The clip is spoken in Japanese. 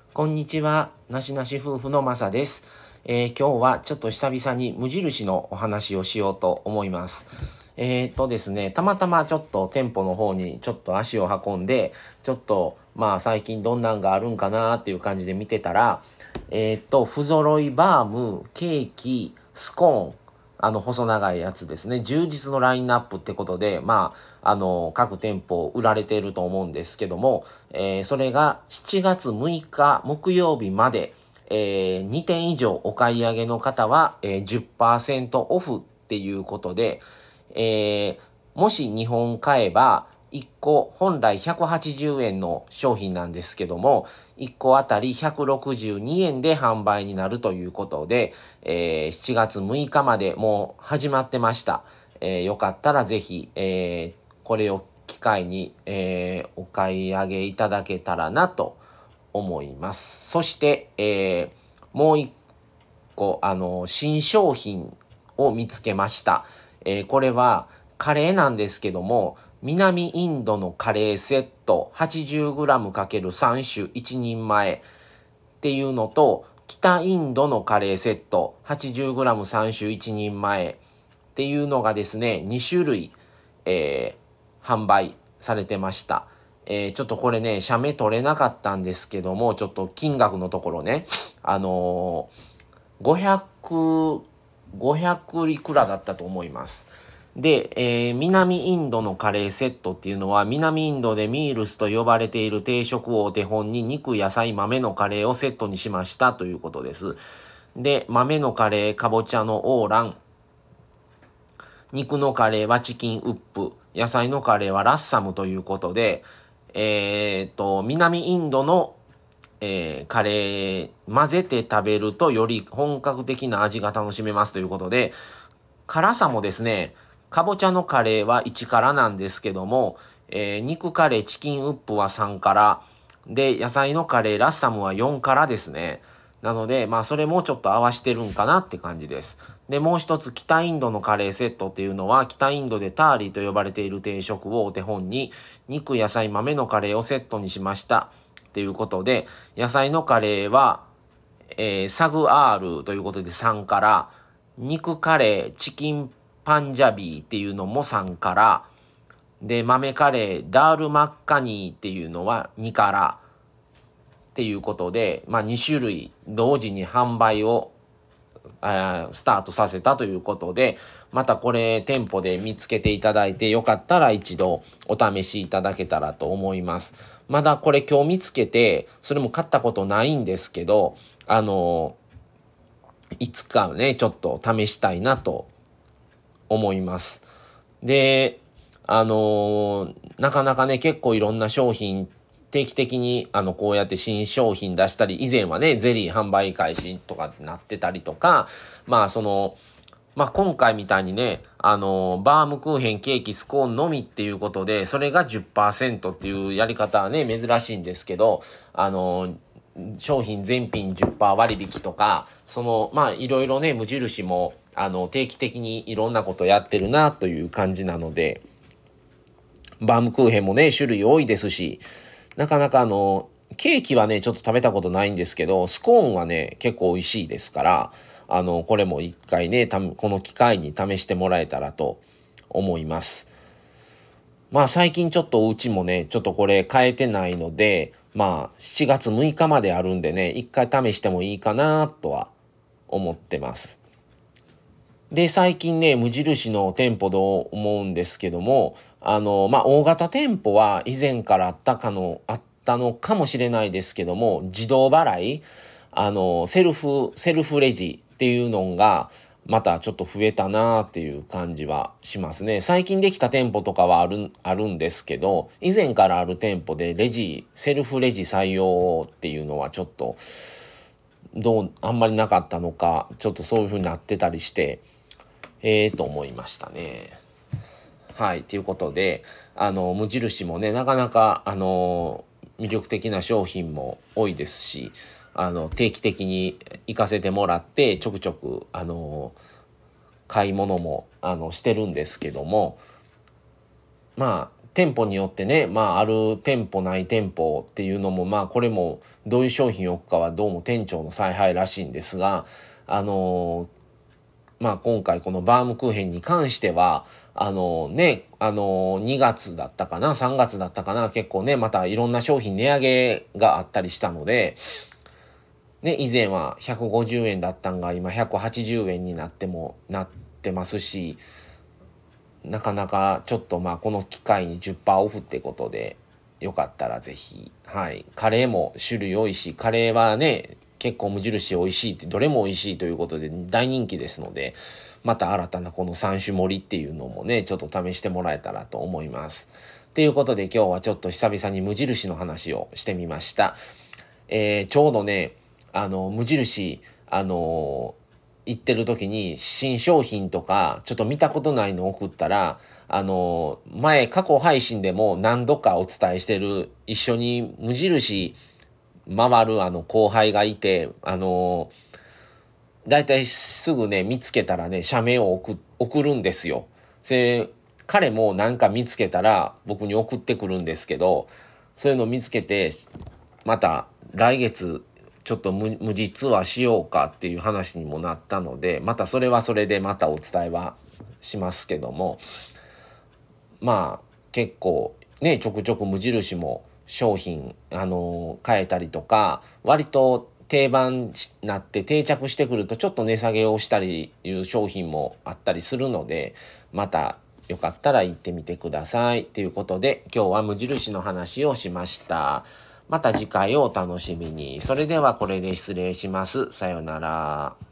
こんにちは、なしなし夫婦のまさです。今日はちょっと久々に無印のお話をしようと思います。ですね、たまたまちょっと店舗の方にちょっと足を運んで、ちょっと最近どんなんがあるんかなっていう感じで見てたら、不揃いバーム、ケーキ、スコーン、細長いやつですね。充実のラインナップってことで、各店舗売られていると思うんですけども、それが7月6日木曜日まで、2点以上お買い上げの方は、10%オフっていうことで、もし2本買えば、1個本来180円の商品なんですけども、1個あたり162円で販売になるということで、7月6日までもう始まってました。よかったらぜひ、これを機会に、お買い上げいただけたらなと思います。そして、もう一個、新商品を見つけました。これはカレーなんですけども、南インドのカレーセット 80g×3 種1人前っていうのと、北インドのカレーセット 80g3 種1人前っていうのがですね、2種類、販売されてました。ちょっとこれね、写メ取れなかったんですけども、ちょっと金額のところね、500、500いくらだったと思います。で、南インドのカレーセットっていうのは、南インドでミールスと呼ばれている定食をお手本に肉、野菜、豆のカレーをセットにしましたということです。で、豆のカレー、かぼちゃのオーラン、肉のカレーはチキンウップ、野菜のカレーはラッサムということで、南インドのカレー混ぜて食べるとより本格的な味が楽しめますということで、辛さもですね、かぼちゃのカレーは1辛なんですけども、肉カレー、チキンウップは3辛、で、野菜のカレー、ラッサムは4辛ですね。なので、それもちょっと合わしてるんかなって感じです。で、もう一つ、北インドのカレーセットっていうのは、北インドでターリーと呼ばれている定食をお手本に、肉、野菜、豆のカレーをセットにしました。っていうことで、野菜のカレーは、サグアールということで3から、肉カレー、チキンパンジャビーっていうのも3から、で、豆カレー、ダールマッカニーっていうのは2からっていうことで、2種類同時に販売をスタートさせたということで、またこれ店舗で見つけていただいてよかったら一度お試しいただけたらと思います。まだこれ今日見つけて、それも買ったことないんですけど、いつかね、ちょっと試したいなと思います。で、なかなかね、結構いろんな商品、定期的にこうやって新商品出したり、以前はね、ゼリー販売開始とかってなってたりとか、今回みたいにね、バームクーヘン、ケーキ、スコーンのみっていうことで、それが10%っていうやり方はね、珍しいんですけど、商品全品10%割引とか、いろいろね、無印も、定期的にいろんなことやってるなという感じなので、バームクーヘンもね、種類多いですし、なかなかケーキはね、ちょっと食べたことないんですけど、スコーンはね、結構美味しいですから、これも一回ね、この機会に試してもらえたらと思います。最近ちょっとうちもね、ちょっとこれ変えてないので、7月6日まであるんでね、一回試してもいいかなとは思ってます。で、最近ね、無印の店舗どう思うんですけども、大型店舗は以前からあったのかもしれないですけども、自動払い、セルフレジっていうのが、またちょっと増えたなーっていう感じはしますね。最近できた店舗とかはあるんですけど、以前からある店舗でセルフレジ採用っていうのはちょっと、あんまりなかったのか、ちょっとそういう風になってたりして、と思いましたね。はい。ということで、無印もね、なかなか、魅力的な商品も多いですし、定期的に行かせてもらって、ちょくちょく、買い物も、してるんですけども、 店舗によってね、ある店舗ない店舗っていうのも、これもどういう商品を置くかはどうも店長の采配らしいんですが、今回このバームクーヘンに関しては、2月だったかな、3月だったかな、結構ね、またいろんな商品値上げがあったりしたので、ね、以前は150円だったんが今180円になってますし、なかなかちょっとこの機会に10%オフってことで、よかったらぜひ、はい。カレーも種類多いし、カレーはね、結構無印美味しいって、どれも美味しいということで大人気ですので、また新たなこの3種盛りっていうのもね、ちょっと試してもらえたらと思います。ということで今日はちょっと久々に無印の話をしてみました。ちょうどね、無印、行ってる時に新商品とか、ちょっと見たことないのを送ったら、過去配信でも何度かお伝えしてる、一緒に無印回る後輩がいて、だいたいすぐね、見つけたらね、写メを送るんですよ。彼もなんか見つけたら僕に送ってくるんですけど、そういうのを見つけて、また来月ちょっと無実はしようかっていう話にもなったので、またそれはそれでまたお伝えはしますけども、結構ね、ちょくちょく無印も商品変えたりとか、割と定番になって定着してくるとちょっと値下げをしたりいう商品もあったりするので、またよかったら行ってみてくださいということで、今日は無印の話をしました。また次回をお楽しみに。それではこれで失礼します。さようなら。